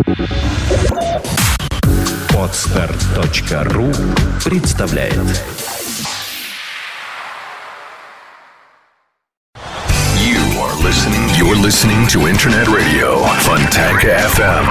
Podster.ru представляет. You're listening to Internet Radio Fontanka FM.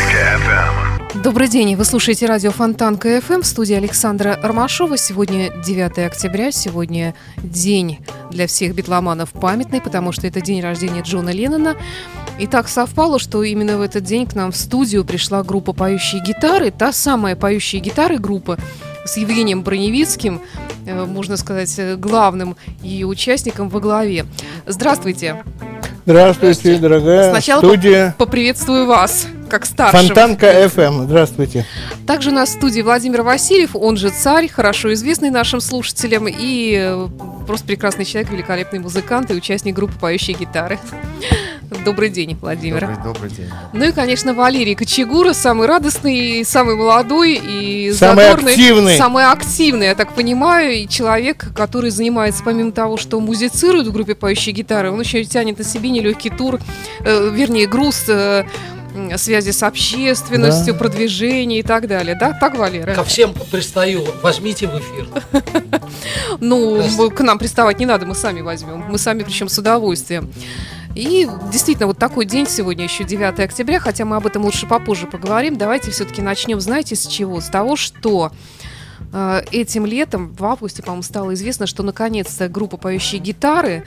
Добрый день, вы слушаете радио Фонтанка FM, в студии Александра Ромашова. Сегодня 9 октября, сегодня день для всех битломанов памятный, потому что это день рождения Джона Леннона. И так совпало, что именно в этот день к нам в студию пришла группа «Поющие гитары», та самая «Поющие гитары» группа с Евгением Броневицким, можно сказать, главным ее участником во главе. Здравствуйте. Здравствуйте, дорогая Сначала студия. Поприветствую вас, как старшего. Фонтанка FM. Здравствуйте. Также у нас в студии Владимир Васильев, он же Царь, хорошо известный нашим слушателям, и просто прекрасный человек, великолепный музыкант и участник группы «Поющие гитары». Добрый день, Владимир. Добрый день. Ну и, конечно, Валерий Кочегура, самый радостный, самый молодой и самый задорный. активный. Самый активный, я так понимаю, и человек, который занимается, помимо того, что музицирует в группе «Поющие гитары», он еще тянет на себе нелегкий тур, груз связи с общественностью, да, продвижения и так далее. Да, так, Валера? Ко всем пристаю, возьмите в эфир. Ну, к нам приставать не надо, мы сами возьмем. Мы сами, причем с удовольствием. И действительно, вот такой день сегодня, еще 9 октября, хотя мы об этом лучше попозже поговорим. Давайте все-таки начнем, знаете, с чего? С того, что этим летом, в августе, по-моему, стало известно, что наконец-то группа «Поющие гитары»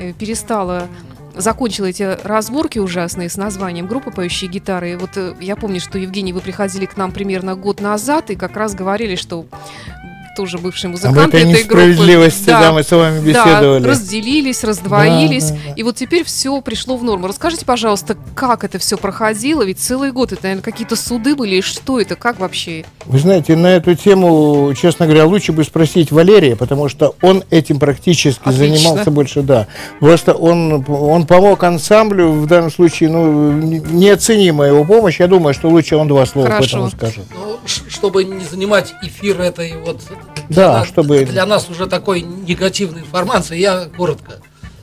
закончила эти разборки ужасные с названием группы «Поющие гитары». И вот я помню, что, Евгений, вы приходили к нам примерно год назад и как раз говорили, что тоже бывшие музыканты этой группы. Несправедливости, да, мы с вами беседовали. Да, разделились, раздвоились. Да. И вот теперь все пришло в норму. Расскажите, пожалуйста, как это все проходило? Ведь целый год это, наверное, какие-то суды были. И что это? Как вообще? Вы знаете, на эту тему, честно говоря, лучше бы спросить Валерия, потому что он этим практически занимался больше, да. Просто он помог ансамблю, в данном случае, неоценимая его помощь. Я думаю, что лучше он два слова по этому скажет. Ну, чтобы не занимать эфир этой вот... Да, для нас уже такой негативной информации, я коротко.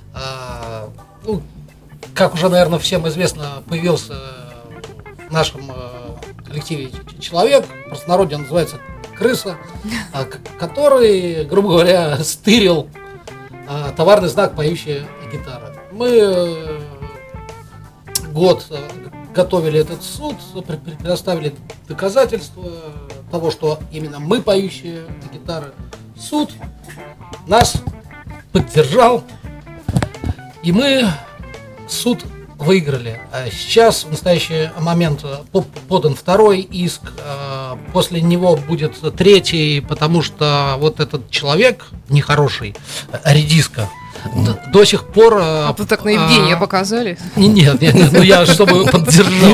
Как уже, наверное, всем известно, появился в нашем коллективе человек, в простонародье он называется крыса, который, грубо говоря, стырил товарный знак «Поющая гитара». Мы год готовили этот суд, предоставили доказательства того, что именно мы поющие гитары. Суд нас поддержал, и мы суд выиграли. А сейчас, в настоящий момент, подан второй иск, после него будет третий, потому что вот этот человек нехороший, редиска, до сих пор... А вы так на Евгения показали? Нет, я чтобы поддержал.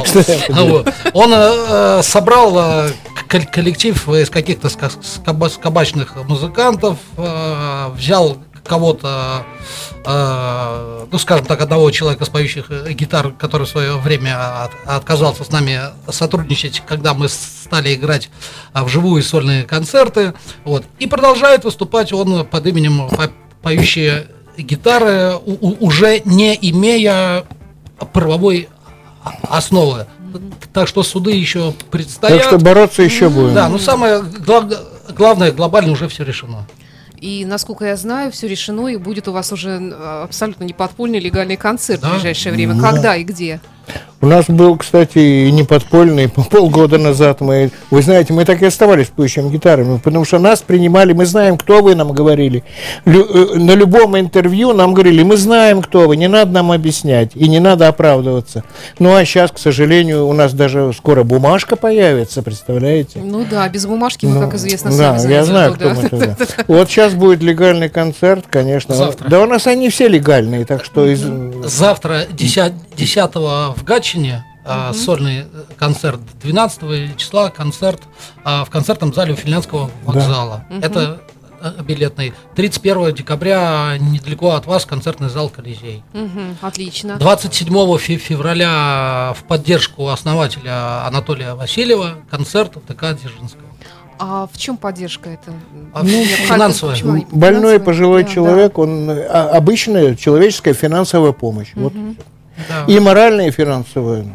Он собрал коллектив из каких-то скобачных музыкантов, взял кого-то, скажем так, одного человека с поющих гитар, который в свое время отказался с нами сотрудничать, когда мы стали играть вживую сольные концерты, и продолжает выступать он под именем «Поющие гитары», уже не имея правовой основы. Так что суды еще предстоят. Так что бороться еще будем. Да, но самое главное, глобально уже все решено. И, насколько я знаю, все решено, и будет у вас уже абсолютно неподпольный легальный концерт в ближайшее время. Да. Когда и где? У нас был, кстати, и не подпольный, полгода назад. Вы знаете, мы так и оставались поющими гитарами, потому что нас принимали, мы знаем, кто вы, нам говорили. На любом интервью нам говорили, мы знаем, кто вы, не надо нам объяснять, и не надо оправдываться. Ну, а сейчас, к сожалению, у нас даже скоро бумажка появится, представляете? Ну да, без бумажки мы, как известно, сами знаем. Да, я знаю, кто мы тогда. Вот сейчас будет легальный концерт, конечно. Завтра. Да у нас они все легальные, так что... Завтра, 10-го в Гатчине, сольный концерт, 12 числа концерт в концертном зале у Финляндского вокзала. Да. Это билетный. 31 декабря недалеко от вас концертный зал «Колизей». Отлично. 27 февраля в поддержку основателя Анатолия Васильева концерт в ТК Дзержинского. А в чем поддержка это? Финансовая. Больной пожилой человек, он обычная человеческая финансовая помощь. Вот. Да. И моральная, и финансовая.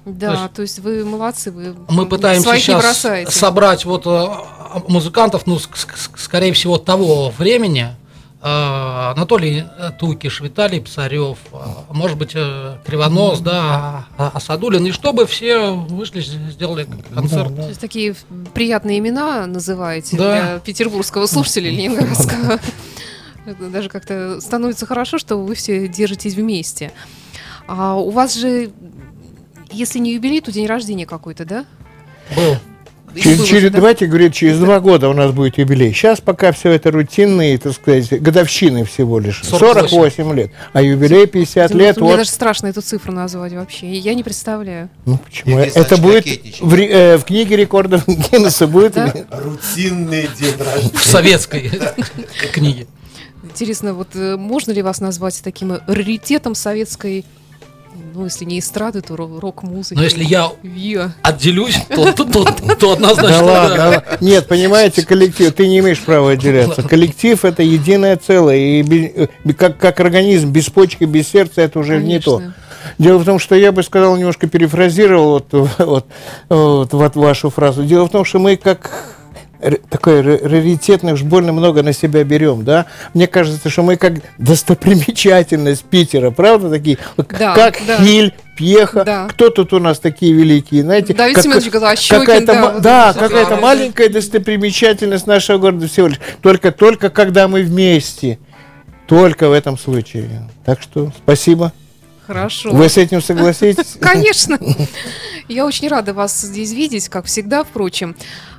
Да, то есть вы молодцы, вы мы пытаемся своих не сейчас бросаете. собрать вот музыкантов, ну, скорее всего, того времени. Анатолий Тукиш, Виталий Псарев, может быть, Кривонос, да, Асадулин, и чтобы все вышли, сделали концерт. То есть такие приятные имена называете Да. для петербургского слушателя, ленинградского. Это даже как-то становится хорошо, что вы все держитесь вместе. А у вас же, если не юбилей, то день рождения какой-то, да? Был. Давайте говорить, через 2 года у нас будет юбилей. Сейчас пока все это рутинные, так сказать, годовщины всего лишь. 48 лет. А юбилей 50 лет. Мне даже страшно эту цифру назвать вообще. Я не представляю. Ну почему? Это будет в книге рекордов Гиннесса будет. Рутинный день рождения. В советской книге. Интересно, вот можно ли вас назвать таким раритетом советской, ну, если не эстрады, то рок-музыки? Но если я Виа. отделюсь, то однозначно. Да ладно. Нет, понимаете, коллектив, ты не имеешь права отделяться. Коллектив — это единое целое. И как организм, без почки, без сердца, это уже не то. Дело в том, что я бы сказал, немножко перефразировал вот вашу фразу. Дело в том, что мы как такой раритетный, уж больно много на себя берем, да? Мне кажется, что мы как достопримечательность Питера, правда, такие? Да, как да. Хиль, Пьеха. Да. Кто тут у нас такие великие, знаете? Давид Семенович Голощёкин, какая-то маленькая достопримечательность нашего города всего лишь. Только когда мы вместе. Только в этом случае. Так что спасибо. Хорошо. Вы с этим согласитесь? Конечно. Я очень рада вас здесь видеть, как всегда, впрочем.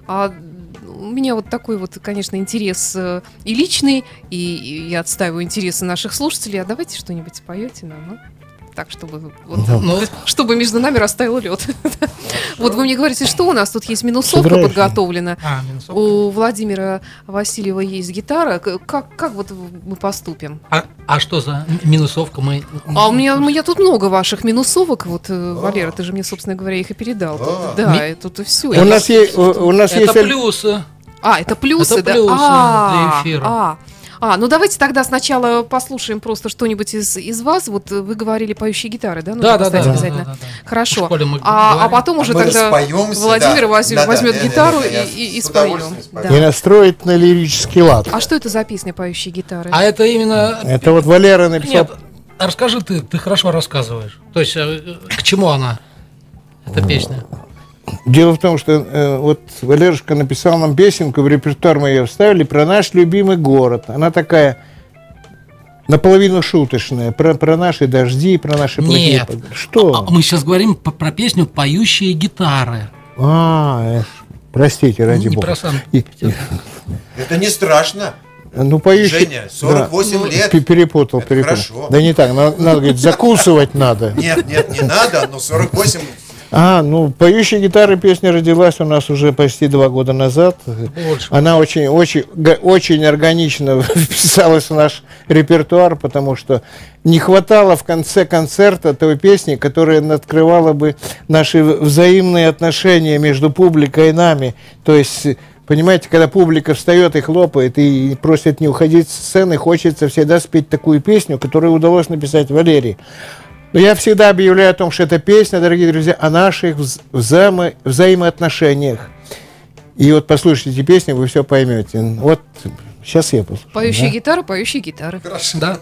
У меня вот такой вот, конечно, интерес и личный, и я отстаиваю интересы наших слушателей. А давайте что-нибудь споете нам, ну? Так, чтобы между нами растаял лед. Вот вы мне говорите, что у нас тут есть минусовка подготовлена. У Владимира Васильева есть гитара. Как вот мы поступим? А что за минусовка? А у меня тут много ваших минусовок. Вот, Валера, ты же мне, собственно говоря, их и передал. Да, и тут и все. У нас есть плюсы. Это плюсы, да? Это плюсы для эфира. Ну давайте тогда сначала послушаем просто что-нибудь из вас. Вот вы говорили поющие гитары, да? Да. Хорошо. А потом уже тогда Владимир возьмет гитару и споем. И настроит на лирический лад. А что это за песня «Поющие гитары»? А это именно... Это вот Валера написал. Нет, расскажи ты хорошо рассказываешь. То есть к чему она, эта песня? Дело в том, что вот Валерушка написал нам песенку, в репертуар мы ее вставили, про наш любимый город. Она такая наполовину шуточная, про наши дожди, про наши плохие... Нет, что? Мы сейчас говорим про песню «Поющие гитары». Простите, ради бога. Это не страшно. Ну, поющие... Женя, 48 лет. Перепутал. Хорошо. Да не так, надо говорить, закусывать надо. Нет, не надо, но 48... «Поющие гитары» песня родилась у нас уже почти 2 года назад. Больше. Она очень органично вписалась в наш репертуар, потому что не хватало в конце концерта той песни, которая открывала бы наши взаимные отношения между публикой и нами. То есть, понимаете, когда публика встает и хлопает, и просит не уходить с сцены, хочется всегда спеть такую песню, которую удалось написать Валерии. Но я всегда объявляю о том, что эта песня, дорогие друзья, о наших взаимоотношениях. И вот послушайте песню, вы все поймете. Вот сейчас я послушаю. Поющие гитары, поющие гитары. Хорошо. Да.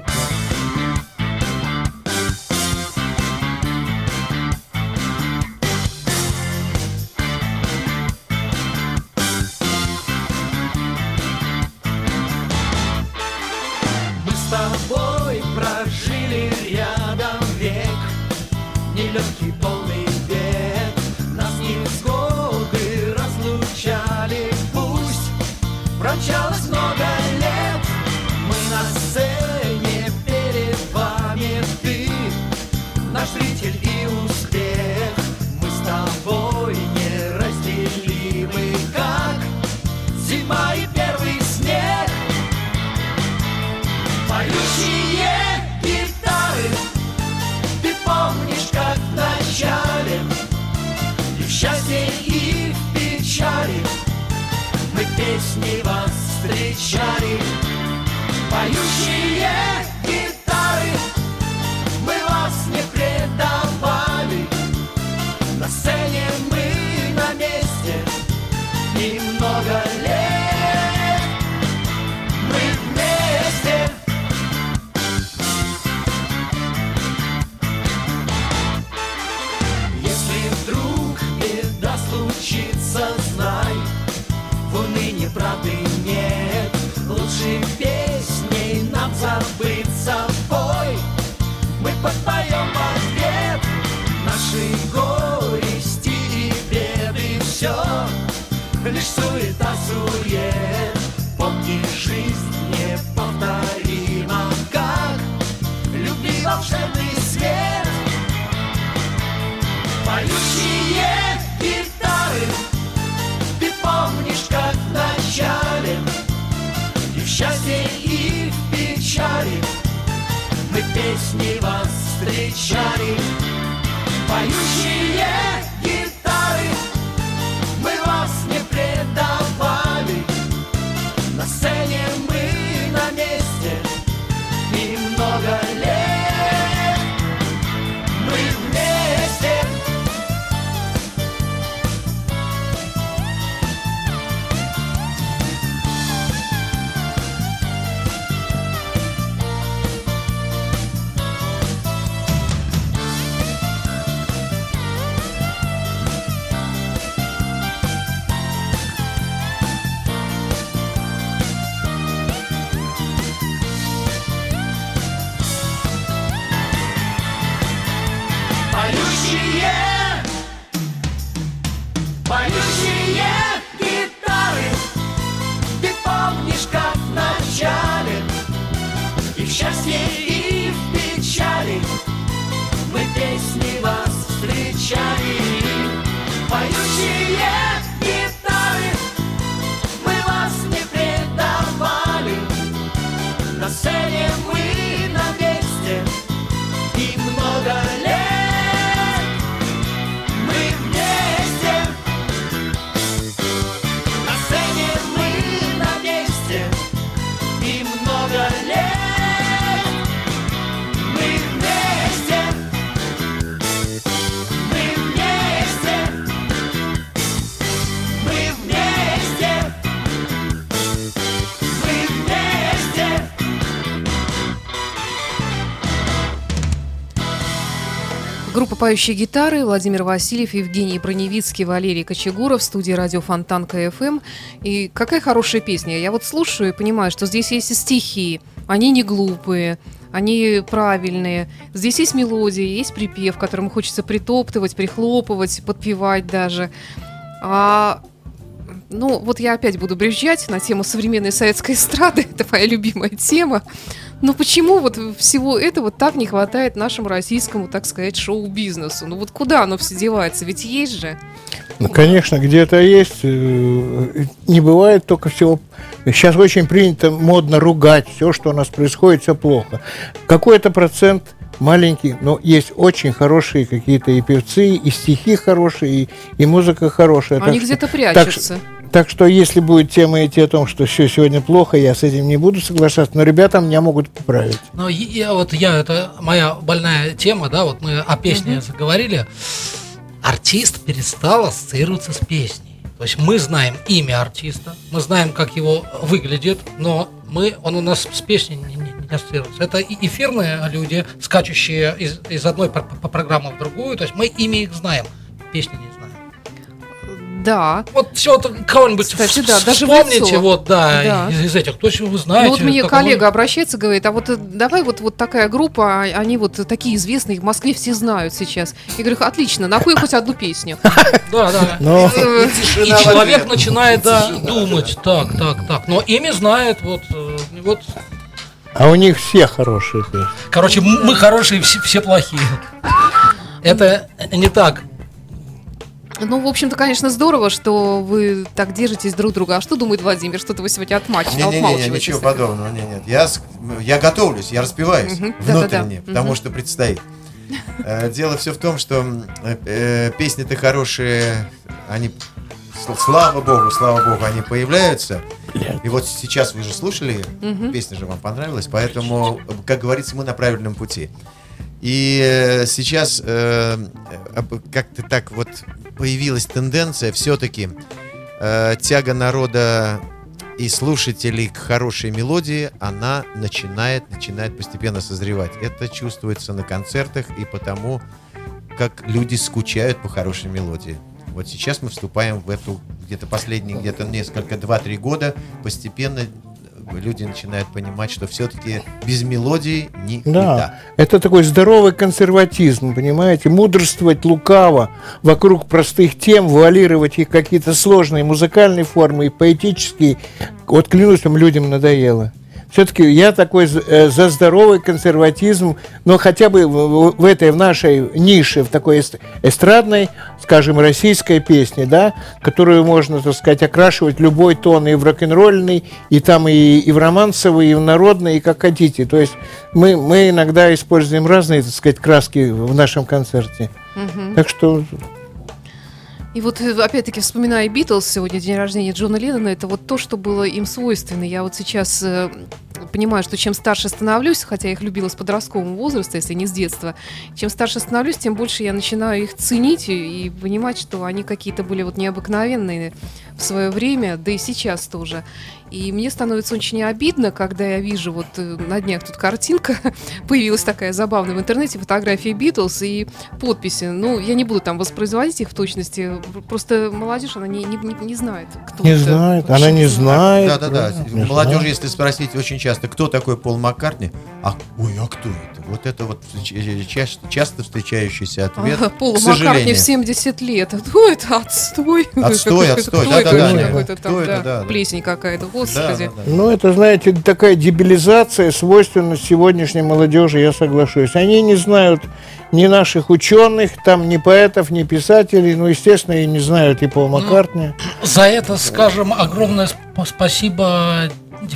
Мы с тобой прожили рядом век, нелегкий полный век. Нас невзгоды разлучали, пусть промчалось много лет. Мы на сцене перед вами, ты наш зритель и успех. Мы с тобой неразделимы, как зима и первый снег. Поющие гитары, ты помнишь, как в начале, и в счастье, и в печали мы песни вас встречали. Поющие гитары, мы вас не предавали, много лет мы вместе. Если вдруг беда случится, знай, в унынии правды нет. Лучше песней нам забыться, пой, мы подпоем в ответ наши горести и беды. Все лишь суета-сует. Помни, жизнь неповторима, как любви волшебный свет. Поющие гитары, ты помнишь, как в начале, и в счастье, и в печали мы песни вас встречали. Поющие гитары, мы вас не предавали. На сцене мы на месте, и много лет мы вместе. Поющие гитары, ты помнишь, как в начале, и в счастье, и в печали мы песни вас встречали. Поющие гитары, мы вас не предавали. На сцене мы на месте, и много лет мы вместе. На сцене мы на месте, и много лет мы вместе. Мы вместе. Мы вместе. Мы вместе. Группа «Поющие гитары», Владимир Васильев, Евгений Броневицкий, Валерий Кочегуров в студии радио Фонтанка ФМ. И какая хорошая песня. Я вот слушаю и понимаю, что здесь есть и стихи, они не глупые, они правильные. Здесь есть мелодия, есть припев, которому хочется притоптывать, прихлопывать, подпевать даже. Ну, вот я опять буду брюзжать на тему современной советской эстрады. Это моя любимая тема. Но почему вот всего этого так не хватает нашему российскому, так сказать, шоу-бизнесу? Ну вот куда оно все девается? Ведь есть же. Ну, конечно, где-то есть. Не бывает только всего. Сейчас очень принято модно ругать все, что у нас происходит, все плохо. Какой-то процент маленький, но есть очень хорошие какие-то и певцы, и стихи хорошие, и музыка хорошая. Они где-то прячутся. Так что, если будет тема идти о том, что все сегодня плохо, я с этим не буду соглашаться, но ребята меня могут поправить. Но это моя больная тема, да, вот мы о песне заговорили. Артист перестал ассоциироваться с песней. То есть мы знаем имя артиста, мы знаем, как его выглядит, но он у нас с песней не ассоциируется. Это эфирные люди, скачущие из одной программы в другую, то есть мы имя их знаем, песни не знаем. Да. Вот все кого-нибудь кстати, да, даже вспомните, вот, да, из этих, кто вы знаете. Ну вот мне коллега обращается, говорит, а вот давай вот такая группа, они вот такие известные, в Москве все знают сейчас. Я говорю, отлично, нахуй хоть одну песню. Да. И человек начинает думать, так, но имя знает, вот. А у них все хорошие песни. Короче, мы хорошие, все плохие. Это не так. Ну, в общем-то, конечно, здорово, что вы так держитесь друг друга. А что думает Владимир? Что-то вы сегодня отмалчиваетесь? Ничего подобного. Нет. Я готовлюсь, я распеваюсь внутренне, потому что предстоит. Дело все в том, что песни-то хорошие, они, слава богу, они появляются. И вот сейчас вы же слушали, песня же вам понравилась, поэтому, как говорится, мы на правильном пути. И сейчас как-то так вот появилась тенденция все-таки тяга народа и слушателей к хорошей мелодии, она начинает постепенно созревать. Это чувствуется на концертах и потому, как люди скучают по хорошей мелодии. Вот сейчас мы вступаем в эту, где-то последние, несколько, 2-3 года, постепенно люди начинают понимать, что все-таки без мелодии никуда. Да, это такой здоровый консерватизм, понимаете, мудрствовать лукаво вокруг простых тем, вуалировать их в какие-то сложные музыкальные формы и поэтические. Вот клянусь вам, людям надоело. Все-таки я такой за здоровый консерватизм, но хотя бы в нашей нише, в такой эстрадной, скажем, российской песне, да, которую можно, так сказать, окрашивать любой тон и в рок-н-ролльный, и там и в романсовый, и в народный, и как хотите. То есть мы иногда используем разные, так сказать, краски в нашем концерте. Так что... И вот, опять-таки, вспоминая Битлз, сегодня день рождения Джона Леннона, это вот то, что было им свойственно. Я вот сейчас понимаю, что чем старше становлюсь, хотя я их любила с подросткового возраста, если не с детства, чем старше становлюсь, тем больше я начинаю их ценить и понимать, что они какие-то были вот необыкновенные в свое время, да и сейчас тоже. И мне становится очень обидно, когда я вижу, вот на днях тут картинка появилась такая забавная в интернете, фотографии Битлз и подписи. Ну, я не буду там воспроизводить их в точности, просто молодежь, она не знает, кто не это. Знает, она не знает. Да. Молодежь, если спросить очень часто, кто такой Пол Маккартни, а кто это? Вот это вот часто встречающийся ответ, Полу к сожалению. Маккартни в 70 лет. Кто это? Отстой. Отстой, да. Плесень какая-то, господи. Да. Ну, это, знаете, такая дебилизация, свойственна сегодняшней молодежи, я соглашусь. Они не знают ни наших ученых, там, ни поэтов, ни писателей, ну, естественно, и не знают и Пола Маккартни. За это, скажем, огромное спасибо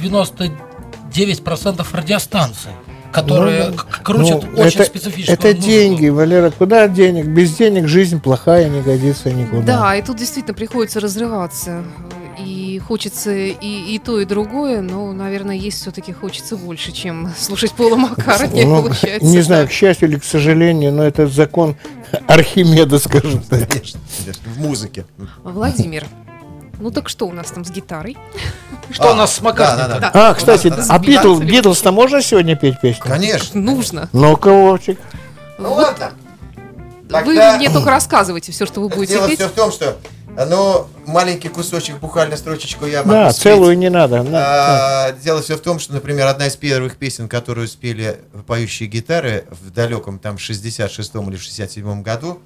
99% радиостанций, которые крутят очень специфическую это музыку. деньги, Валера, куда от денег? Без денег жизнь плохая, не годится никуда. Да, и тут действительно приходится разрываться. И хочется и то, и другое, но, наверное, есть все-таки хочется больше, чем слушать Пола Маккартни, получается. Не знаю, к счастью или к сожалению, но это закон Архимеда, скажем так. Конечно, в музыке. Владимир, ну так что у нас там с гитарой? Что у нас с Маккартни? Да. Кстати, Битлз-то можно сегодня петь песню? Конечно. Нужно. Ну-ка, Вовчик. Ну ладно. Вы мне только рассказывайте все, что вы будете Дело петь. все в том, что маленький кусочек, буквально строчечку я могу Да, спеть. целую не надо. Дело все в том, что, например, одна из первых песен, которую спели поющие гитары в далеком там 66-м или 67-м году,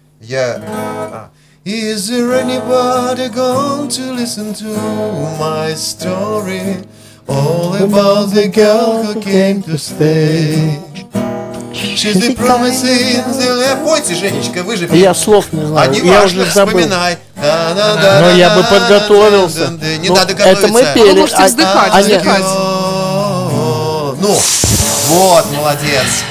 Is there anybody going to listen to my story? All about the girl who came to stay. She's the promising. Пойте, Женечка, вы же... Я слов не знаю, не я важно, уже забыл. вспоминай. Но я бы подготовился. Не Ну, надо готовиться. это мы пели. Вы можете вздыхать, вздыхать. Ну, вот, молодец.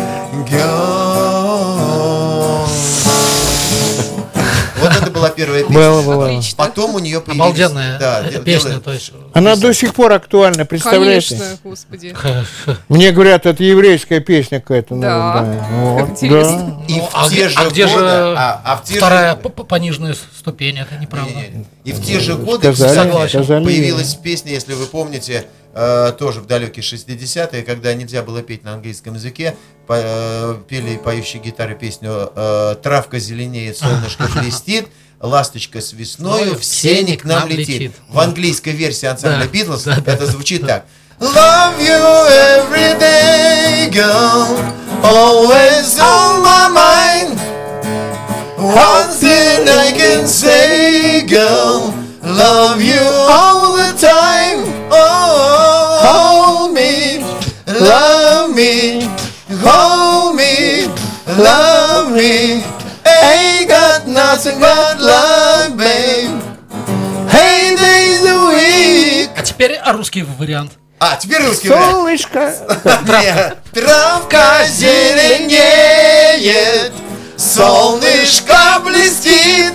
Вот это была первая песня. Была. Отлично. Потом у нее появились... Обалденная песня, то есть. Она до сих пор актуальна, представляете? Конечно, господи. Мне говорят, это еврейская песня какая-то. Да. Вот, Интересно. И А в те же где годы... же вторая пониженная ступень? Это неправда. И в те же годы, Сказали. появилась песня, если вы помните, тоже в далекие 60-е, когда нельзя было петь на английском языке, пели поющие гитары песню «Травка зеленеет, солнышко блестит, ласточка с весною, в сене к нам летит». В английской версии ансамбля Битлз это звучит так. Love you every day, girl, always on my mind. One thing I can say, girl, love you all the time. Oh, hold me, love me, hold me, love me. Ain't got nothing but love, babe. Hey, days a week. А теперь русский вариант. Теперь русский вариант. Солнышко. Травка зеленеет, солнышко блестит,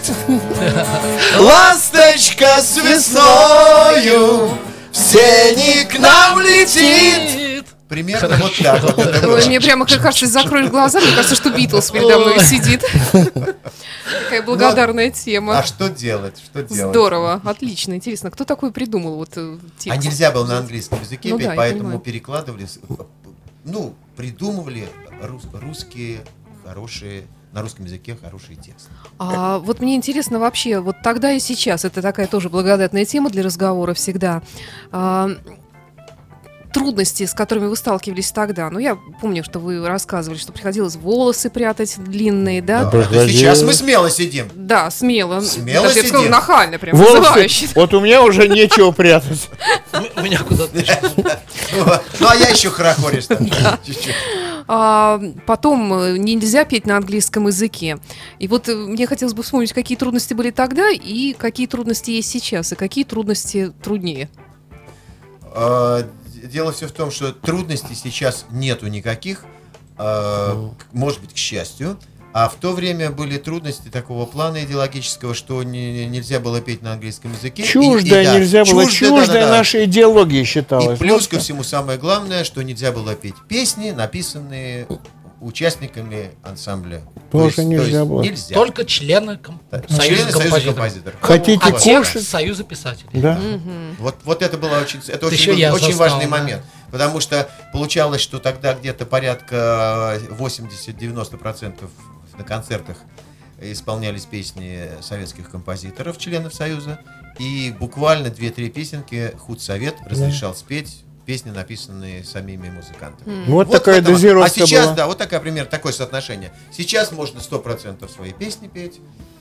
ласточка с весною в сене к нам летит. Примерно вот так вот это было. Ой, мне прямо, как кажется, закроешь глаза, мне кажется, что Битлз передо мной сидит. Такая благодарная тема. А что делать? Что делать? Здорово, отлично, интересно. Кто такой придумал вот А текст? нельзя было на английском языке Ну петь, да, я поэтому понимаю. перекладывали, придумывали русские хорошие, на русском языке хорошие тексты. А вот мне интересно вообще, вот тогда и сейчас, это такая тоже благодатная тема для разговора всегда. Трудности, с которыми вы сталкивались тогда. Ну, я помню, что вы рассказывали, что приходилось волосы прятать длинные, да? Да, это сейчас мы смело сидим. Да, смело. Смело Даже я бы сказала, сидим. нахально, прям Волосы, вызывающе. вот у меня уже нечего прятать. У меня куда-то Ну, а я еще хорохорист. Чуть-чуть. Потом нельзя петь на английском языке. И вот мне хотелось бы вспомнить, какие трудности были тогда и какие трудности есть сейчас, и какие трудности труднее. Дело все в том, что трудностей сейчас нету никаких, может быть, к счастью. А в то время были трудности такого плана идеологического, что нельзя было петь на английском языке. Чуждое да, нельзя было, чуждое да. нашей идеологии И считалось. плюс Вот. ко всему самое главное, что нельзя было петь песни, написанные участниками ансамбля. Тоже нельзя было. Нельзя. только члены Да, Союза члены Союза композиторов. композиторов. Хотите А те кушать? Союза писателей. Да. Вот это было очень, это еще очень, я очень застал, важный да. момент. Потому что получалось, что тогда где-то порядка 80-90% на концертах исполнялись песни советских композиторов, членов Союза. И буквально 2-3 песенки худсовет разрешал спеть песни, написанные самими музыкантами. Вот такая в этом. дозировка А сейчас, была. да, вот такая, пример, такое соотношение. Сейчас можно 100% свои песни петь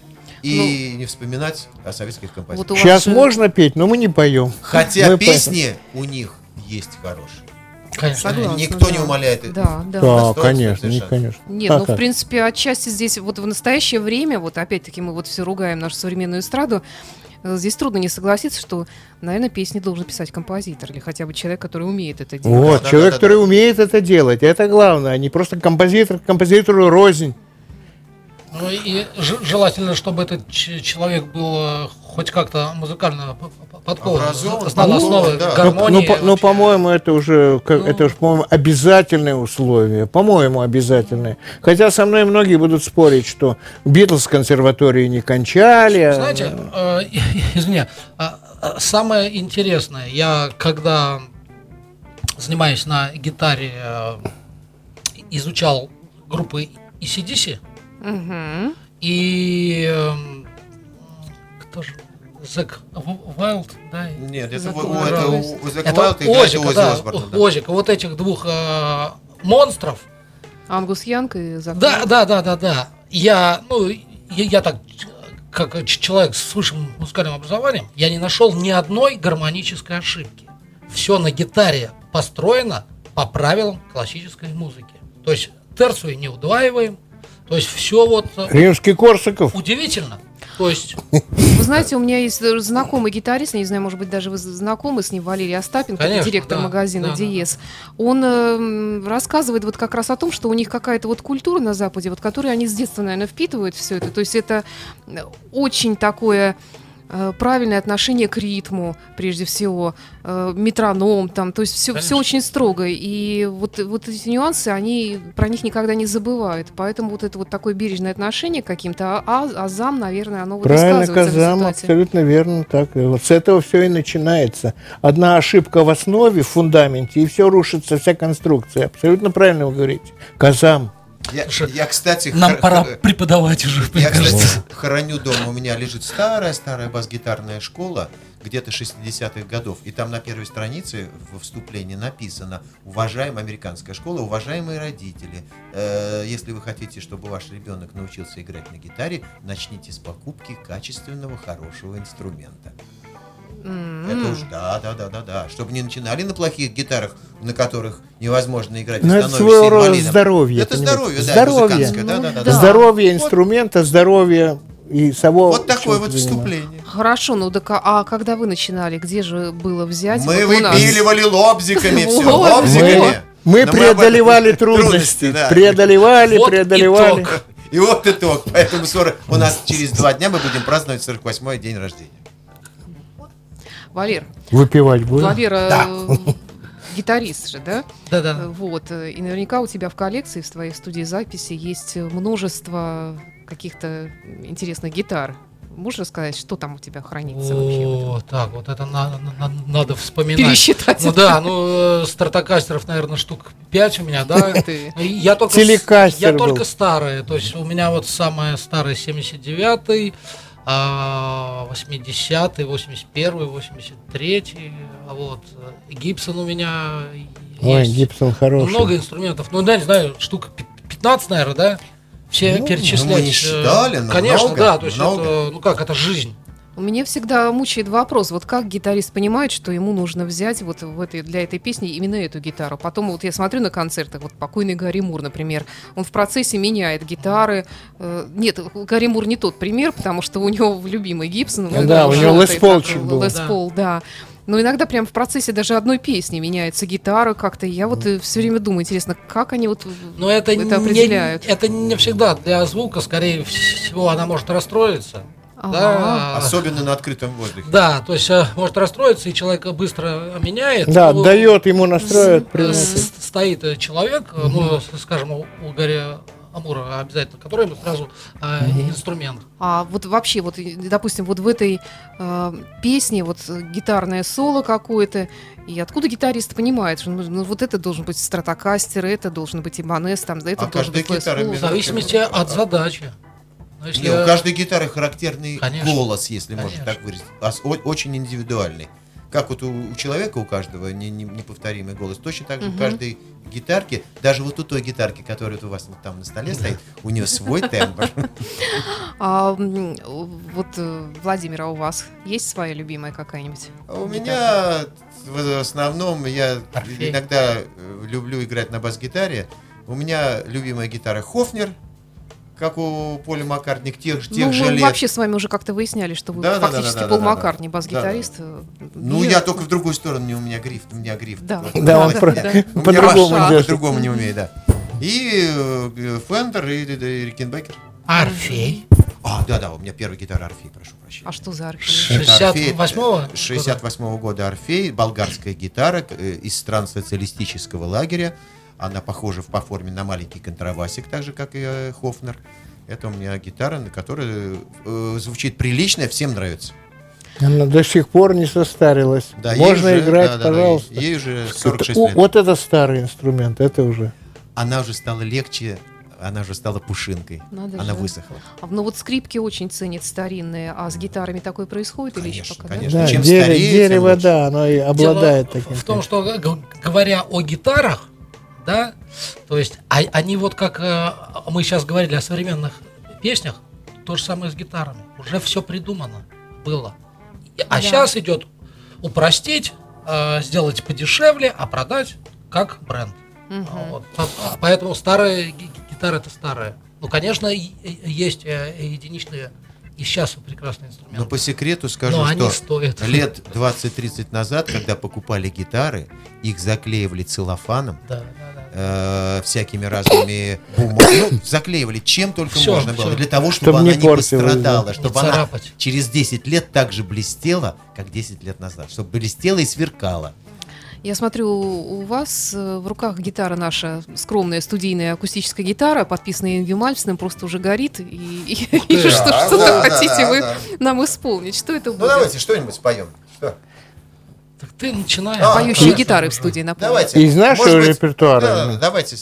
и не вспоминать о советских композиторах. Вот у вас Сейчас же- можно петь, но мы не поем. Хотя Мы песни у них есть хорошие. Конечно. Согласна, Никто не да. умаляет это. Да, да. Да, достоинство конечно, не совершенно. конечно. Нет, А ну, в как? принципе, отчасти здесь, вот в настоящее время, вот опять-таки мы вот все ругаем нашу современную эстраду, здесь трудно не согласиться, что, наверное, песни должен писать композитор или хотя бы человек, который умеет это делать. Вот, Да, человек, да, который да. умеет это делать, это главное, а не просто композитор, композитору рознь. Ну и желательно, чтобы этот человек был хоть как-то музыкально подкован. Образован, Знал основы да. гармонии. Ну, вообще. по-моему, это уже, это уж, по-моему, обязательное условие. По-моему, обязательное. Хотя со мной многие будут спорить, что Битлз консерватории не кончали. Знаете, извини, самое интересное, я когда занимаюсь на гитаре, изучал группы AC/DC, Мгм. и кто же? Зак Вайлд, да? Нет, это Зак у Уайлд. Зак Это Уайлд играет Озика, Оззи да, Осборна, да. Озика, вот этих двух монстров. Ангус Янг и Зак. Да. Я так, как человек с высшим музыкальным образованием, я не нашел ни одной гармонической ошибки. Все на гитаре построено по правилам классической музыки. То есть терцию не удваиваем. То есть все вот Римский-Корсаков. удивительно. То есть Вы знаете, у меня есть знакомый гитарист, я не знаю, может быть, даже вы знакомы с ним, Валерий Остапенко, Конечно, директор да, магазина да, Диез. Он рассказывает вот как раз о том, что у них какая-то вот культура на Западе, вот которую они с детства, наверное, впитывают все это. То есть это очень такое правильное отношение к ритму, прежде всего, метроном, там, то есть все Конечно. очень строго. И вот эти нюансы, они про них никогда не забывают. Поэтому вот это вот такое бережное отношение к каким-то, а зам, наверное, оно вот и Правильно, сказывается в Казам, результате. абсолютно верно. Так. И вот с этого все и начинается. Одна ошибка в основе, в фундаменте, и все рушится, вся конструкция. Абсолютно правильно вы говорите. Казам. Я, кстати, нам пора преподавать уже. мне Я, кажется. кстати, храню дома, у меня лежит старая бас-гитарная школа, где-то 60-х годов, и там на первой странице во вступлении написано: уважаемая американская школа, уважаемые родители, если вы хотите, чтобы ваш ребенок научился играть на гитаре, начните с покупки качественного, хорошего инструмента. Это уж да. Чтобы не начинали на плохих гитарах, на которых невозможно играть, и Ну, это становишься своего рода инвалидом. здоровье. Это понимаете? здоровье, да, Здоровье. музыкантское, да. Да. Здоровье инструмента, здоровье и самого. Вот такое вот чем заниматься. вступление. Хорошо, ну так а когда вы начинали, где же было взять? Мы вот у нас? выпиливали лобзиками все, Вот. лобзиками. Мы Но преодолевали об этом- трудности. да. Преодолевали. Вот итог. И вот итог. Поэтому у нас через 2 дня мы будем праздновать 48-й день рождения. Валер, Выпивать будем? Валер, гитарист же, да? Да. Вот, и наверняка у тебя в коллекции, в твоей студии записи есть множество каких-то интересных гитар. Можешь рассказать, что там у тебя хранится вообще? О, так, вот это надо вспоминать. Пересчитать. Ну да, стратокастеров, наверное, штук 5 у меня, да. Я только Телекастер был. старые, то есть у меня вот самый старый 79-й, 80-й, 81-й, 83-й, вот. Гибсон у меня Ой, есть. Гибсон хороший. Много инструментов, ну да, не знаю, штук 15, наверное, да? Все перечислять. мы не считали, но конечно, много, да, то есть много. это, ну как, это жизнь. Меня всегда мучает вопрос, вот как гитарист понимает, что ему нужно взять вот для этой песни именно эту гитару. Потом вот я смотрю на концертах, вот покойный Гарри Мур, например, он в процессе меняет гитары. Нет, Гарри Мур не тот пример, потому что у него любимый Гибсон. Да, у него Лес Полчик был. Лес Пол, да. Но иногда прям в процессе даже одной песни меняется гитара как-то. Я вот все время думаю, интересно, как они вот Но это определяют. Это не всегда для звука, скорее всего, она может расстроиться. Ага. Да, Особенно на открытом воздухе. да, то есть может расстроиться, и человек быстро меняет. Да, Ну, дает ему настроит, приносит. стоит человек, ну, скажем, у Гарри Амура обязательно, который ему сразу инструмент. А вот вообще, вот, допустим, вот в этой песне вот гитарное соло какое-то, и откуда гитарист понимает, что ну, вот это должен быть стратокастер, это должен быть Ибанес, там, это должен каждая быть Лес гитара Пол. В зависимости от задачи. Но если- Не, у каждой гитары характерный Конечно. голос, если можно Конечно. так выразить. Очень индивидуальный. Как вот у человека, у каждого неповторимый голос, точно так же у каждой гитарки, даже вот у той гитарки, которая вот у вас вот там на столе стоит, у нее свой тембр. Вот, Владимир, а у вас есть своя любимая какая-нибудь? А у меня в основном я Орфей. иногда люблю играть на бас-гитаре. У меня любимая гитара Хофнер, как у Поля Маккартни, тех Ну, же мы лет. вообще с вами уже как-то выясняли, что вы фактически Пол Маккартни, бас-гитарист. Ну, я только в другую сторону, у меня гриф. Да. Да, он по-другому идет. По-другому не умеет, да. И Фендер, и Рикенбекер. Орфей. Да, у меня первая гитара Орфей, прошу прощения. А что за Орфей? 68-го? 68-го года Орфей, болгарская гитара из стран социалистического лагеря. Она похожа по форме на маленький контрабасик, так же, как и Хофнер. Это у меня гитара, на которой звучит прилично, всем нравится. Она до сих пор не состарилась. Да, Можно ей уже, играть, да, пожалуйста. ей уже 46 О, лет. вот это старый инструмент, это уже. Она уже стала легче, она уже стала пушинкой. Надо Она же. высохла. Ну вот скрипки очень ценят старинные, а с гитарами такое происходит или еще Конечно, пока? конечно. Да, Чем старее, тем дерево, лучше. да, оно и обладает Дело таким. в том, что говоря о гитарах, да, то есть они вот как мы сейчас говорили о современных песнях, то же самое с гитарами. Уже все придумано было. А сейчас идет упростить, сделать подешевле, а продать как бренд. Вот. Поэтому старые гитары это старые. Ну, конечно, есть единичные и сейчас прекрасные инструменты. Но по секрету скажу, Но они что стоят. лет 20-30 назад, когда покупали гитары, их заклеивали целлофаном, Да. всякими разными бумагами, заклеивали чем только Всё, можно было, всё. для того, Чтоб чтобы не она не портилась, пострадала, да. чтобы Не она царапать. через 10 лет так же блестела, как 10 лет назад, чтобы блестела и сверкала. Я смотрю, у вас в руках гитара наша, скромная студийная акустическая гитара, подписанная Инви Мальмсеном, просто уже горит. И ты. что-то Да, хотите да, вы да. нам исполнить. Что это Ну будет? давайте что-нибудь споем. Что? Так ты начинаешь. Поющие Конечно. гитары в студии, напомню. Давайте. Из нашего Может быть, репертуара, да, да. давайте.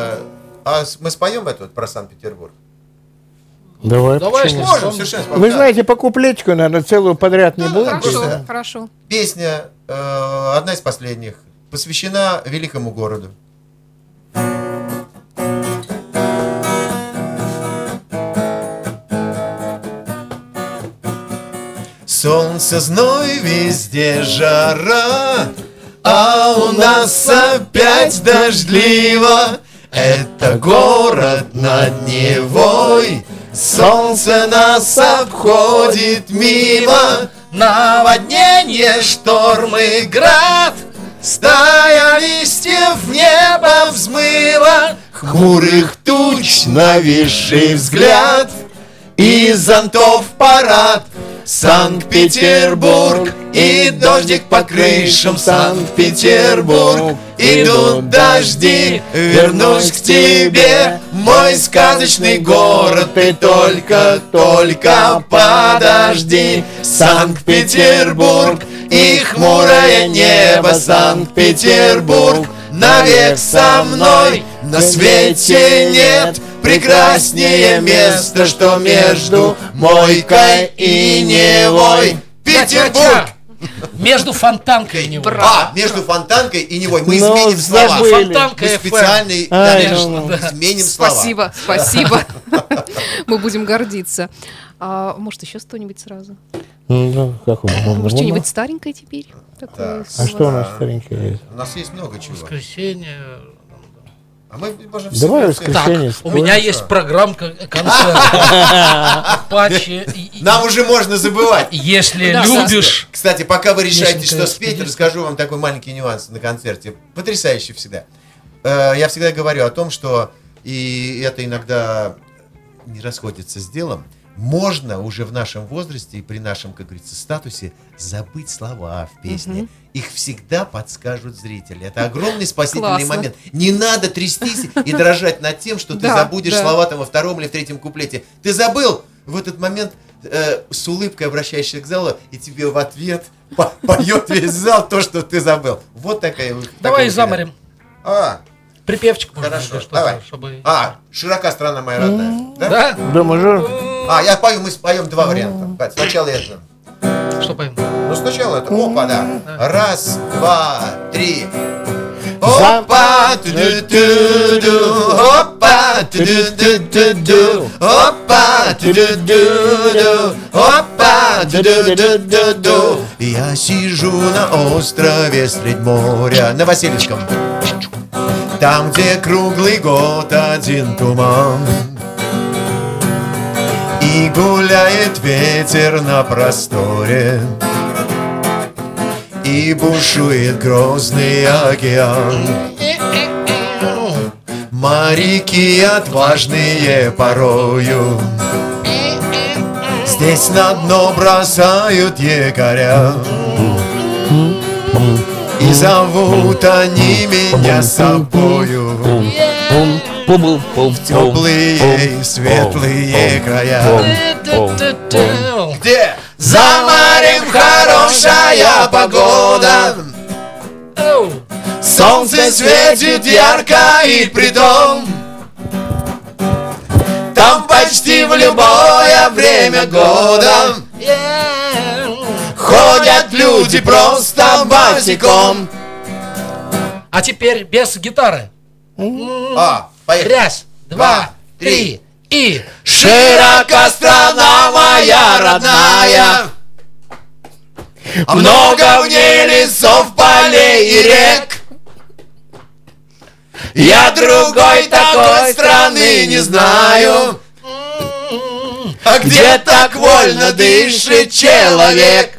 Мы споем это вот про Санкт-Петербург. Давай, Давай, почему? что- Можем совершенно спокойно. Вы знаете, по куплетику, наверное, целую подряд не будем. Хорошо, Да. хорошо. Песня, одна из последних, посвящена великому городу. Солнце, зной, везде жара, а у нас опять дождливо. Это город над Невой, солнце нас обходит мимо. Наводнение, штормы, град, стая листьев в небо взмыла, хмурых туч нависший взгляд, и зонтов парад. Санкт-Петербург, и дождик по крышам, Санкт-Петербург, идут дожди, вернусь к тебе, мой сказочный город, ты только подожди. Санкт-Петербург и хмурое небо, Санкт-Петербург, навек со мной, на свете нет прекраснее места, что между Мойкой и Невой. Петербург! Между Фонтанкой и Невой. Между Фонтанкой и Невой. Мы Но изменим слова. забыли. Фонтанка Мы FM. специальный, Конечно. изменим слова. Спасибо. Мы будем гордиться. А может, еще что-нибудь сразу? Ну, как Может, что-нибудь старенькое теперь? Такое А что у нас старенькое есть? У нас есть много чего. Воскресенье. А мы можем Давай все- Так, воскресенье. у меня есть программка концерт. Апачи. Нам уже можно забывать. Если Да, любишь. Кстати, пока вы решаете, Песенка что спеть, «Экспедиция». расскажу вам такой маленький нюанс на концерте. Потрясающий всегда. Я всегда говорю о том, что, и это иногда не расходится с делом, можно уже в нашем возрасте и при нашем, как говорится, статусе забыть слова в песне. Их всегда подскажут зрители. Это огромный спасительный Классно. момент. Не надо трястись и дрожать над тем, что ты Да, забудешь да. слова там во втором или в третьем куплете. Ты забыл в этот момент с улыбкой обращаешься к залу, и тебе в ответ поет весь зал то, что ты забыл. Вот такая. Давай такой заморим. Припевчик можно, Хорошо, или что-то, давай. чтобы... Широка страна моя родная. Да? Да? Да, мажор. Я пою, мы споем два варианта. Кать, сначала это. Что поем? Ну, сначала это. Опа, да. Раз, два, три. Опа, ту-ду-ду-ду. Опа, ту-ду-ду-ду. Опа, ту-ду-ду-ду. Опа, ту-ду-ду-ду. Я сижу на острове средь моря, на Васильевском. Там, где круглый год один туман, и гуляет ветер на просторе, и бушует грозный океан. Моряки отважные порою здесь на дно бросают якоря, и зовут они меня с собою в теплые и светлые края, где за морем хорошая погода, солнце светит ярко и притом там почти в любое время года ходят люди просто босиком. А теперь без гитары. Поехали. Раз, два, три и... Широка страна моя родная, много в ней лесов, полей и рек. Я другой такой страны не знаю, а где так вольно дышит человек.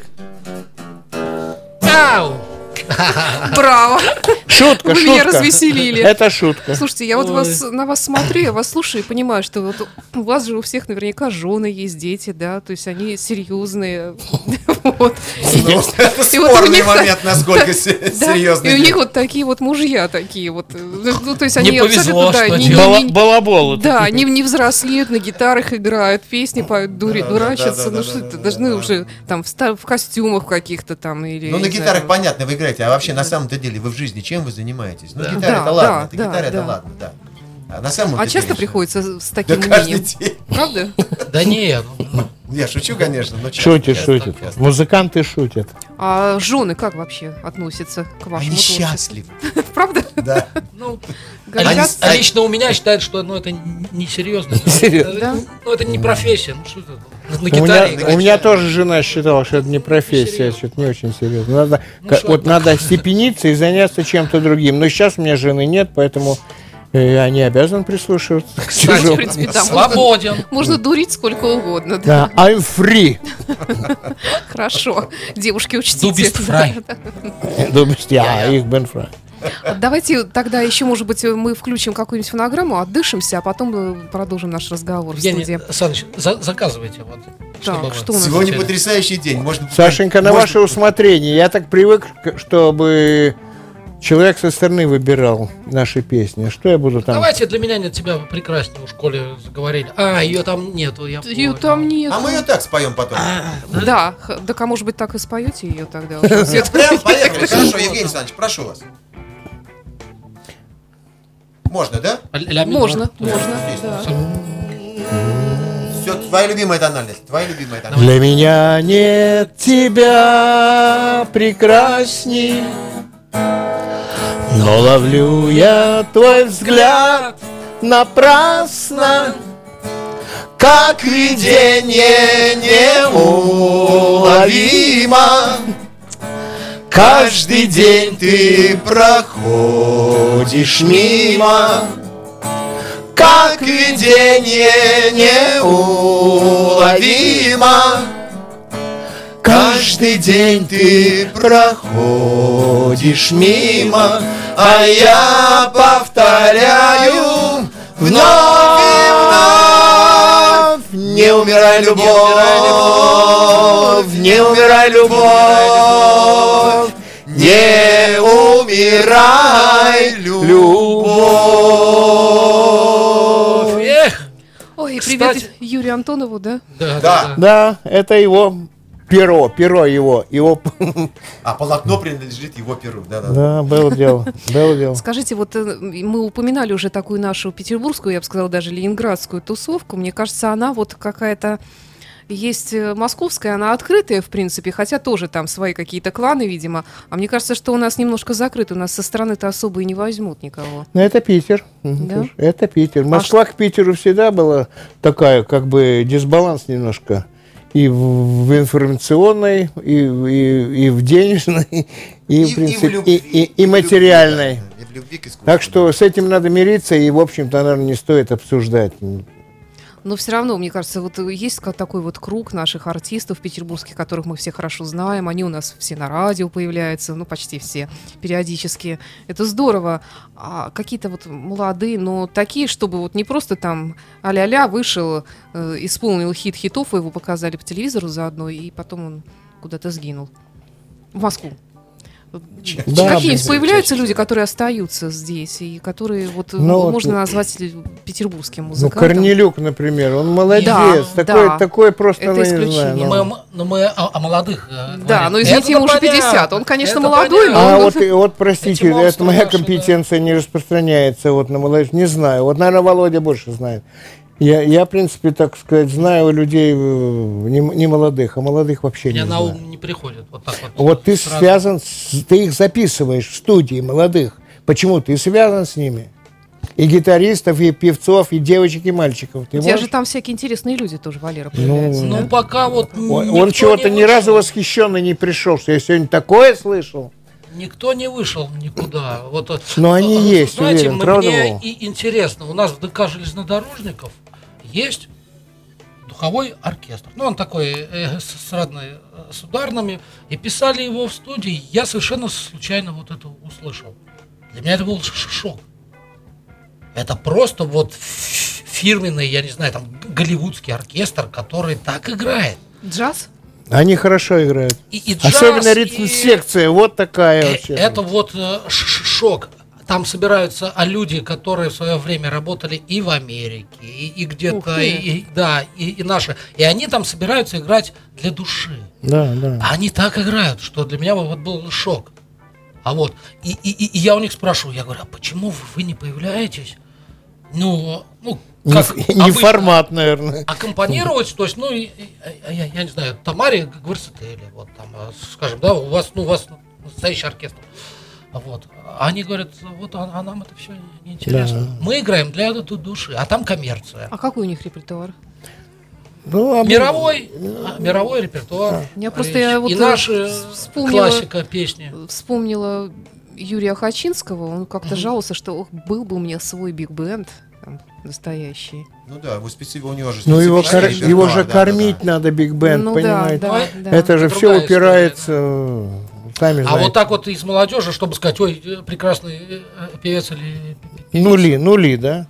Ау! Браво! Шутка, Вы шутка. меня развеселили. Это шутка. Слушайте, я вот на вас смотрю, я вас слушаю и понимаю, что вот у вас же у всех наверняка жены есть, дети, да, то есть они серьезные. Вот. Это И вот у спорный них- момент, насколько Да, серьезно. и у них вот такие вот мужья такие вот. Ну, то есть они Не повезло, абсолютно, да, что не- делать. Балаболы. Да, не взрослеют, на гитарах играют, песни поют, дурачатся. да, Ну что да, это, да, должны да. уже там в костюмах каких-то там или... Ну, на не гитарах знаю. понятно, вы играете, а вообще на самом-то деле вы в жизни чем вы занимаетесь? Ну, гитара Да, это ладно, да, гитара это да. ладно, да. А на самом А деле часто же- приходится с Да таким каждый мнением? день. Правда? Да нет. Я шучу, конечно, но часто, Шутит, часто, шутит. часто. Музыканты шутят. А жены как вообще относятся к вашему Они творчеству? счастливы, Правда? да. Ну, Гордятся? а лично у меня считают, что это несерьезно. Серьезно? Да? Ну, это не профессия. Ну, что это? На У гитаре меня, у меня тоже жена считала, что это не профессия, что-то не очень серьезно. Надо, что вот это? надо степениться и заняться чем-то другим. Но сейчас у меня жены нет, поэтому я не обязан прислушиваться к Кстати, в чужому. принципе, да, Свободен. можно дурить сколько угодно. Да. Да, I'm free. Хорошо. Девушки, учтите. Du bist frei. Du bist, ja, ich bin frei. Давайте тогда еще, может быть, мы включим какую-нибудь фонограмму, отдышимся, а потом продолжим наш разговор в Евгений студии. Александрович, заказывайте. Вот. Так, что у нас? Сегодня потрясающий день. Сашенька, на ваше усмотрение. Я так привык, чтобы человек со стороны выбирал наши песни. Что я буду там? Давайте «Для меня нет тебя» прекраснее в школе заговорили. Ее там нету. Ее там нет. А мы ее так споем потом. Да, так, а может быть, так и споете ее тогда? уже? Свет- Прям поехали. Хорошо, Евгений Александрович, прошу вас. Можно, да? Можно, можно. Да. Все, твоя любимая тональность. Твоя любимая тональность. Для меня нет тебя прекрасней, но ловлю я твой взгляд напрасно, как видение неуловимо. Каждый день ты проходишь мимо, как видение неуловимо. Каждый день ты проходишь мимо, а я повторяю вновь и вновь: не умирай, любовь, не умирай, любовь, не умирай, любовь. Эх! Ой, и привет Кстати- Юрию Антонову, да? Да. Да, это его перо его. А полотно принадлежит его перу. Да. Да, было дело. Скажите, вот мы упоминали уже такую нашу петербургскую, я бы сказала, даже ленинградскую тусовку. Мне кажется, она вот какая-то есть московская, она открытая, в принципе, хотя тоже там свои какие-то кланы, видимо. А мне кажется, что у нас немножко закрыто, у нас со стороны-то особо и не возьмут никого. Но это Питер. Да? Это Питер. Москва к Питеру всегда была такая, как бы дисбаланс немножко. И в информационной, и в денежной, и в принципе, и материальной. И в любви к искусству. Так что с этим надо мириться, и, в общем-то, наверное, не стоит обсуждать. Но все равно, мне кажется, вот есть такой вот круг наших артистов петербургских, которых мы все хорошо знаем. Они у нас все на радио появляются, ну, почти все, периодически. Это здорово. А какие-то вот молодые, но такие, чтобы вот не просто там а-ля-ля вышел, исполнил хит хитов, его показали по телевизору заодно, и потом он куда-то сгинул. В Москву. Да, Какие-нибудь появляются чаще люди, всего. которые остаются здесь, и которые вот Ну, можно вот, назвать петербургским Ну, музыкантом? Корнелюк, например, он молодец. Да, такой, да. такой просто, Это ну, не исключение. знаю. Мы о молодых Да, говорим. но извините, ему уже 50. Он, конечно, молодой, но А он- вот, простите, Эти это монстры моя наши, компетенция не распространяется вот на молодежь. Не знаю. Вот, наверное, Володя больше знает. Я, в принципе, так сказать, знаю людей не молодых, а молодых вообще Меня не на знаю. ум не приходит. Вот так вот. Вот ты Сразу. связан, ты их записываешь в студии молодых. Почему? Ты связан с ними. И гитаристов, и певцов, и девочек, и мальчиков. Ты У тебя можешь? же там всякие интересные люди тоже, Валера, появляются. Ну, пока вот Он чего-то ни разу восхищенный не пришел, что я сегодня такое слышал. Никто не вышел никуда. Вот, Но они есть, знаете, уверен, правда, мне Вова? и интересно, у нас в ДК железнодорожников есть духовой оркестр. Ну, он такой эстрадный, с ударными. И писали его в студии. Я совершенно случайно вот это услышал. Для меня это был шок. Это просто вот фирменный, я не знаю, там, голливудский оркестр, который так играет. Джаз? Они хорошо играют. И джаз, Особенно и- ритм-секция, вот такая вообще. Это вот шок. Там собираются люди, которые в свое время работали и в Америке, и Ух где-то, ты. и наши. И они там собираются играть для души. Да, да. А они так играют, что для меня вот был шок. А вот, и я у них спрашиваю, я говорю, а почему вы не появляетесь? Ну, как Не обычно, формат, наверное. аккомпанировать, то есть, я не знаю, Тамаре Гверсетели, вот там, скажем, да, у вас настоящий оркестр. Вот. А они говорят, вот а нам это все неинтересно. Да. Мы играем для души, а там коммерция. А какой у них репертуар? Ну, Мировой репертуар. Я просто я вот и наши вспомнила- классика песни. Вспомнила Юрия Хачинского, он как-то жаловался, что «Ох, был бы у меня свой биг-бенд там, настоящий». Ну да, у него же Ну, его специфичный его репертуар, же да, кормить да, да. надо, биг-бенд, Ну понимаете? да, да. Это же Это все другая упирается, сами А знаете. вот так вот из молодежи, чтобы сказать, ой, прекрасный певец или... Нули, да?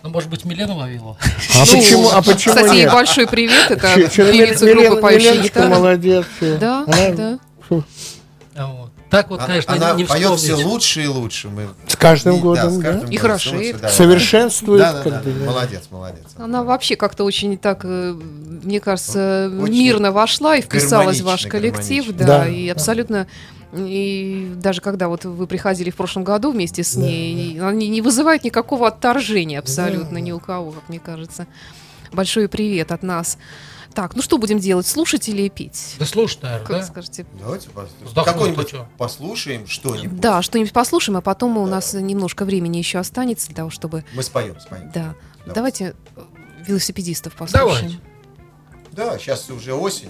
Ну, может быть, Милена Вавилова? Почему Кстати, ей нет? большой привет. Это Че, певица группы «Поющие Миленочка гитары». молодец. Да, Она- да. Вот. Так вот, конечно, Она не поет все вспомнить. лучше и лучше. С каждым И- годом, с да? каждым И годом хорошеет. всё лучше, да, да. Совершенствует. Да. как бы, да. Молодец. Она вообще как-то очень так, мне кажется, Очень мирно вошла и вписалась в ваш гармонично, коллектив, гармонично. да, Да. и абсолютно, и даже когда вот вы приходили в прошлом году вместе с ней, она не вызывает никакого отторжения абсолютно ни у кого, как мне кажется. Большой привет от нас. Так, ну что будем делать, слушать или петь? Да слушай, наверное, Как да? скажете? Давайте Вздохнуть-то какой-нибудь чё? послушаем что-нибудь. Да, что-нибудь послушаем, а потом у нас немножко времени еще останется для того, чтобы... Мы споем. Да, Давайте. давайте велосипедистов послушаем. Да, сейчас уже осень.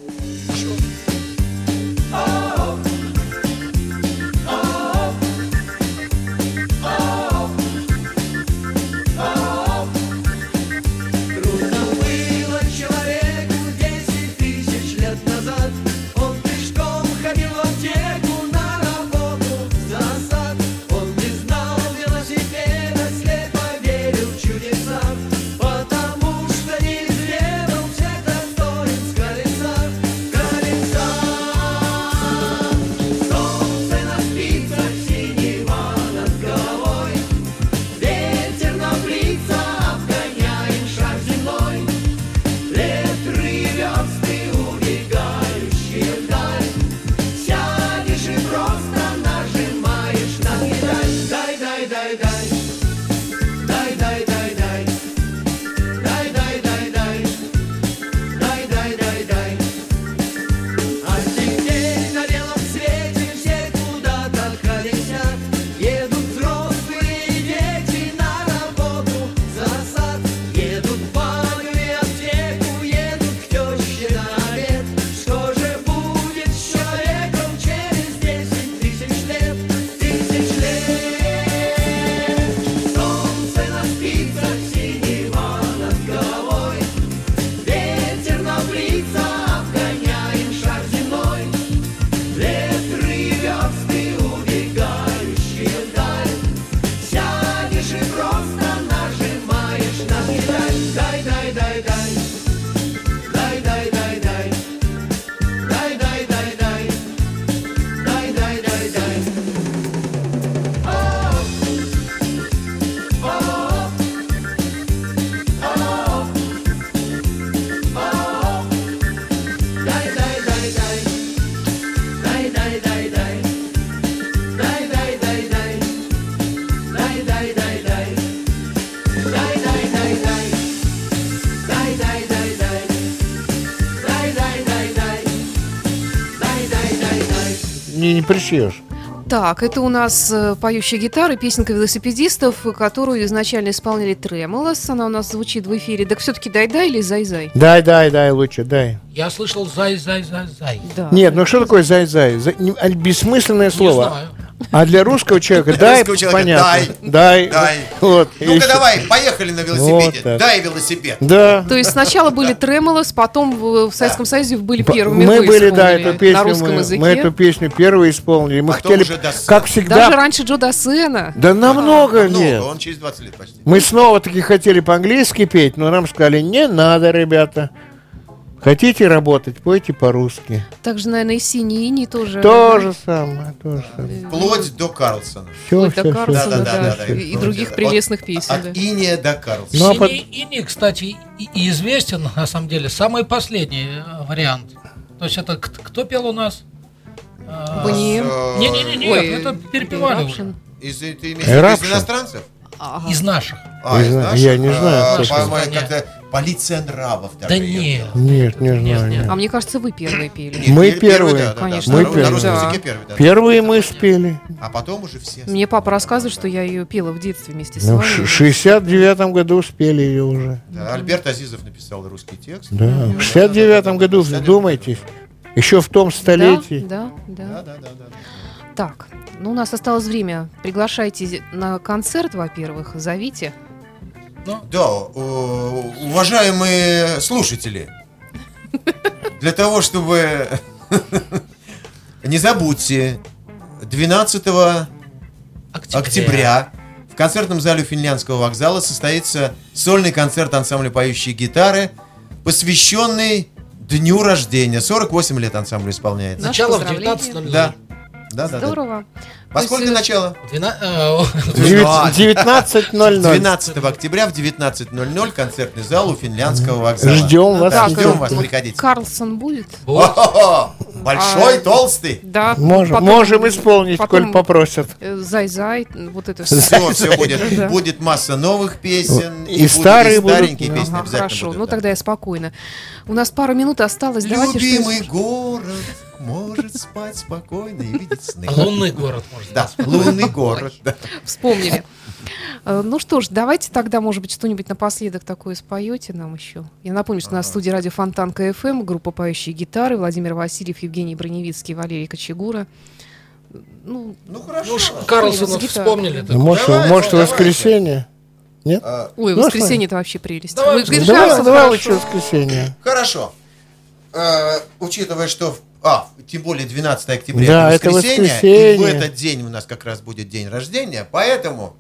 Трудно было человеку 10 тысяч лет назад. Он пешком ходил в аптеку на работу за сад. Он не знал велосипеда, слепо верил в чудеса, потому что не изведал всех достоинств колеса. Колеса. Солнце на спицах синего над головой, ветер на лицах, обгоняем шар земной. Ветры весны, убегающие вдаль, сядешь и просто нажимаешь на педаль. Дай, дай, дай, дай. Дай, дай, дай, дай. Дай, дай, дай, дай. Дай, дай, дай, дай. А теперь на белом свете все куда-то колесят. Едут взрослые и дети на работу за сад. Едут в баню и аптеку, едут к теще на обед. Что же будет с человеком через 10 тысяч лет? Тысяч лет. Солнце на спицах синего над головой, ветер на лицах, обгоняем шар земной. Ветры весны, убегающие вдаль, сядешь и просто нажимаешь на педаль. Дай, дай, дай, дай. Дай, дай, дай, дай. Дай, дай, дай, дай. Дай, дай, дай, дай. О, о, о, о. Дай, дай, дай, дай. Дай, дай, дай, дай. Дай, дай, дай, дай. Дай, дай, дай, дай. Дай, дай, дай, дай. Дай, дай, дай, дай. Дай, дай, дай, дай. Дай, дай, дай, дай. Не пришьешь. Так, это у нас поющие гитары, песенка велосипедистов, которую изначально исполняли Тремолос. Она у нас звучит в эфире. Так все-таки дай-дай или зай-зай? Дай, лучше, дай. Я слышал зай. Да. Нет, ну что такое зай-зай? Бессмысленное Не слово. знаю. А для русского человека Для дай, русского человека понятно. Дай. дай. Вот. Ну-ка И всё. давай, поехали на велосипеде. Вот так. Дай велосипед. Да. То есть сначала были Тремолос, потом в Советском Союзе были первыми. Мы вы были, да, исполнили эту песню, на русском языке. мы эту песню первую исполнили. Мы Потом хотели, уже Дассен. как всегда, Даже раньше Джо Дассена. да намного Много, нет. он через 20 лет почти. Мы снова таки хотели по-английски петь, но нам сказали, не надо, ребята. Хотите работать, пойте по-русски. Также, наверное, и «Синий Иней» тоже. То же самое, то же самое. Вплоть до Карлсона. Всё, Вплоть до всё, всё. Карлсона, Да-да-да, да, да, и да. других От- прелестных песен. От да. Иния до Карлсона. Ну, а под- Синий Иний, кстати, и известен, на самом деле, самый последний вариант. То есть это кто пел у нас? Бонни Эм. Не-не-не, Ой, это перепевали Eruption. уже. Ты имеешь в виду из Eruption. иностранцев? Ага. Из наших. Не знаю, я не знаю, слушай. По-моему, как-то полиция нравов. даже Да её нет. пела. Нет, не знаю. Нет. нет. А мне кажется, вы первые пели. Нет, Мы первый, первые. да, да, Конечно. да, Мы на первые. русском Да. языке первый, да. Первые мы спели. А потом уже все. Мне папа рассказывает, что я ее пела в детстве вместе с Ну, в вами. 69-м году спели ее уже. Да, Альберт Азизов написал русский текст. Да. В 69-м году, вдумайтесь. Еще в том столетии. Да. Да. Так, ну у нас осталось время. Приглашайте на концерт, во-первых, зовите. Да, уважаемые слушатели, для того, чтобы не забудьте, 12 октября в в концертном зале Финляндского вокзала состоится сольный концерт ансамбля «Поющие гитары», посвященный дню рождения. 48 лет ансамблю исполняется. Начало в 19:00. Да. Здорово. Во сколько начало? 19:00. 12 октября в 19:00 концертный зал у Финляндского вокзала. Ждем вас. Ждем вас, приходите. Карлсон будет? О-хо-хо! Большой, толстый. Да. Можем исполнить, коль попросят. Зай-зай, вот это все. Все будет. Будет масса новых песен. И старые будут. Старенькие песни Ага, обязательно хорошо, будут, ну да. тогда я спокойно. У нас пару минут осталось. Давайте Любимый что-нибудь. город может спать спокойно и видеть сны. Лунный город, может Да, лунный город. да. Вспомнили. Ну что ж, давайте тогда, может быть, что-нибудь напоследок такое споете нам еще. Я напомню, что на студии радио Фонтанка ФМ, группа «Поющие гитары», Владимир Васильев, Евгений Броневицкий, Валерий Кочегура. Ну Ну, хорошо. Карлсона вспомнили. так. Может, в воскресенье? Нет? Ой, воскресенье это вообще прелесть. Давай, Вы говорите, Давай Карлсон, лучше хорошо. воскресенье. Хорошо. Учитывая, что тем более 12 октября Да, это это воскресенье, воскресенье. и в этот день у нас как раз будет день рождения, поэтому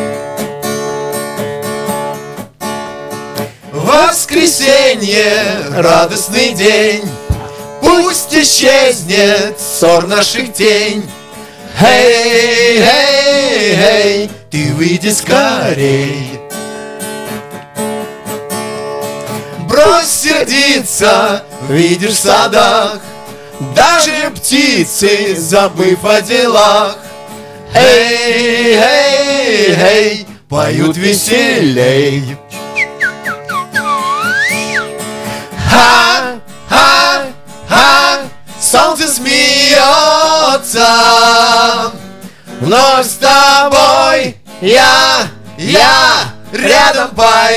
воскресенье, радостный день, пусть исчезнет ссор наших тень. Эй, эй, эй, ты выйди скорей. Брось сердиться, видишь в садах, даже птицы, забыв о делах. Эй, эй, эй, поют веселей. Ха, ха, ха, солнце смеется. Вновь с тобой я рядом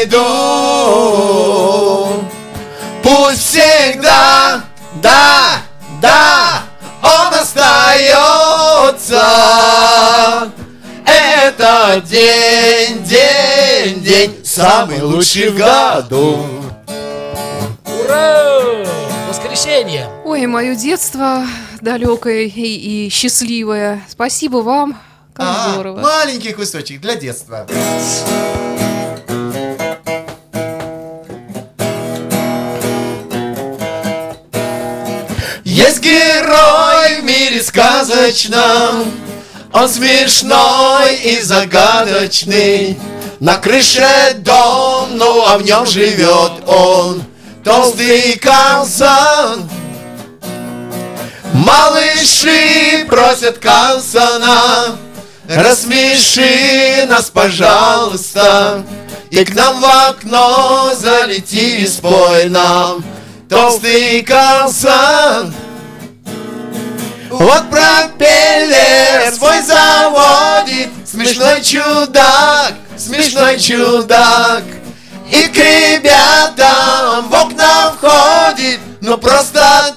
пойду. Пусть всегда, да, он остается. Это день, самый лучший в году. Ура! Воскресенье! Ой, мое детство далекое и счастливое. Спасибо вам. Как здорово. Маленький кусочек для детства. Есть герой в мире сказочном, он смешной и загадочный. На крыше дом, ну а в нем живет он, толстый Карлсон. Малыши просят Карлсона: рассмеши нас, пожалуйста, и к нам в окно залети и спой нам, толстый Карлсон. Вот пропеллер свой заводит смешной чудак, и к ребятам в окна входит, ну просто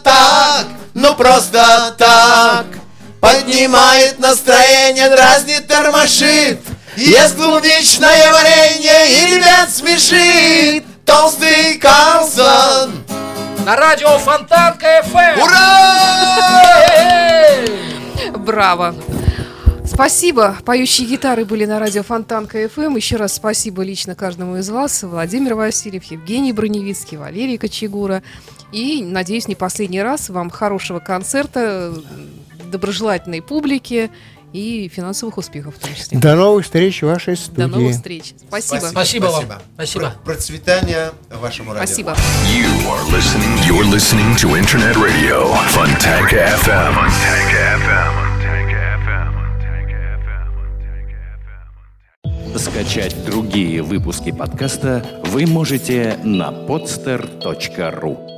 так, поднимает настроение, дразнит, тормошит, ест клубничное варенье и ребят смешит, толстый Карлсон. На радио Фонтанка ФМ! Ура! Браво. Спасибо. Поющие гитары были на радио Фонтанка ФМ. Еще раз спасибо лично каждому из вас. Владимир Васильев, Евгений Броневицкий, Валерий Кочегура. И, надеюсь, не последний раз. Вам хорошего концерта, доброжелательной публике и финансовых успехов в том числе. До новых встреч в вашей студии. До новых встреч. Спасибо. Спасибо вам. Спасибо. Процветания вашему радио. Спасибо. You're listening to Internet Radio, Fontanka FM. Скачать другие выпуски подкаста вы можете на podster.ru.